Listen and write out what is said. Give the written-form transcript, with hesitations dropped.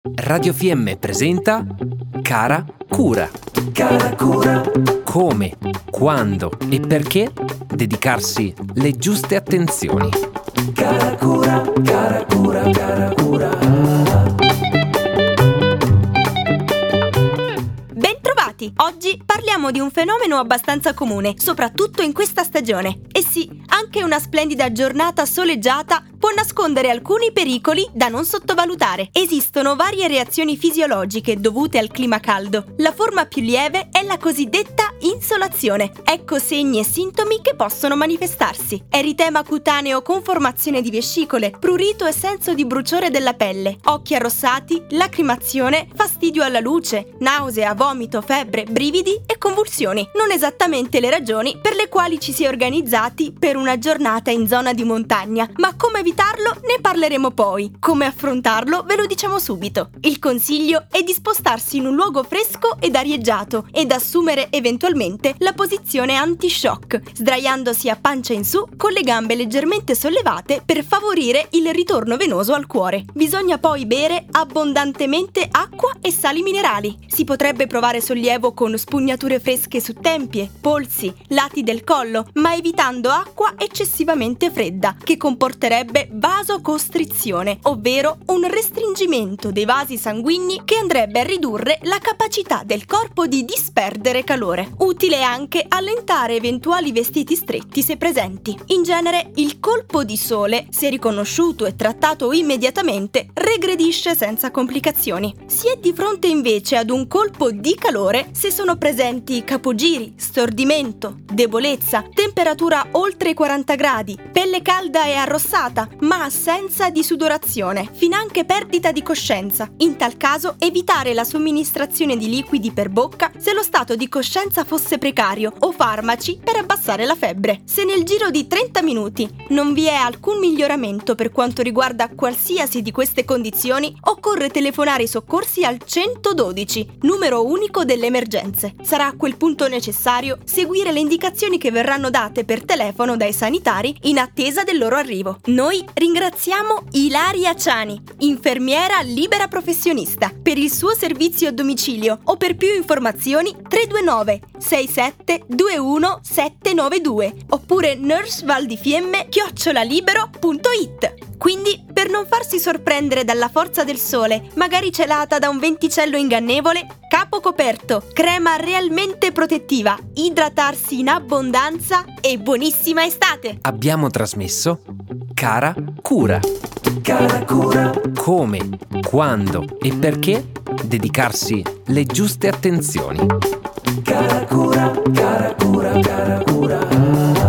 Radio FM presenta Cara Cura. Cara Cura. Come, quando e perché dedicarsi le giuste attenzioni. Cara Cura, cara Cura, cara Cura. Bentrovati! Oggi parliamo di un fenomeno abbastanza comune, soprattutto in questa stagione. E sì, anche una splendida giornata soleggiata può nascondere alcuni pericoli da non sottovalutare. Esistono varie reazioni fisiologiche dovute al clima caldo. La forma più lieve è la cosiddetta insolazione. Ecco segni e sintomi che possono manifestarsi: eritema cutaneo con formazione di vescicole, prurito e senso di bruciore della pelle, occhi arrossati, lacrimazione, fastidio alla luce, nausea, vomito, febbre, brividi e convulsioni. Non esattamente le ragioni per le quali ci si è organizzati per una giornata in zona di montagna, ma come evitarlo ne parleremo poi. Come affrontarlo ve lo diciamo subito. Il consiglio è di spostarsi in un luogo fresco ed arieggiato ed assumere eventualmente la posizione anti-shock, sdraiandosi a pancia in su con le gambe leggermente sollevate per favorire il ritorno venoso al cuore. Bisogna poi bere abbondantemente acqua e sali minerali. Si potrebbe provare sollievo con spugnature fresche su tempie, polsi, lati del collo, ma evitando acqua eccessivamente fredda, che comporterebbe vasocostrizione, ovvero un restringimento dei vasi sanguigni che andrebbe a ridurre la capacità del corpo di disperdere calore. Utile anche allentare eventuali vestiti stretti se presenti. In genere, il colpo di sole, se riconosciuto e trattato immediatamente, regredisce senza complicazioni. Si è di fronte invece ad un colpo di calore se sono presenti capogiri, stordimento, debolezza, temperatura oltre i 40 gradi, pelle calda e arrossata, ma assenza di sudorazione, finanche perdita di coscienza. In tal caso, evitare la somministrazione di liquidi per bocca se lo stato di coscienza fosse precario o farmaci per abbassare la febbre. Se nel giro di 30 minuti non vi è alcun miglioramento per quanto riguarda qualsiasi di queste condizioni, occorre telefonare i soccorsi al 112, numero unico delle emergenze. Sarà a quel punto necessario seguire le indicazioni che verranno date per telefono dai sanitari in attesa del loro arrivo. Noi ringraziamo Ilaria Ciani, infermiera libera professionista, per il suo servizio a domicilio, o per più informazioni 329 67 21 792 oppure nursevaldifm@libero.it. Quindi, per non farsi sorprendere dalla forza del sole, magari celata da un venticello ingannevole, capo coperto, crema realmente protettiva, idratarsi in abbondanza e buonissima estate! Abbiamo trasmesso Cara Cura. Cara Cura. Come, quando e perché dedicarsi le giuste attenzioni. Cara Cura, cara Cura, cara Cura.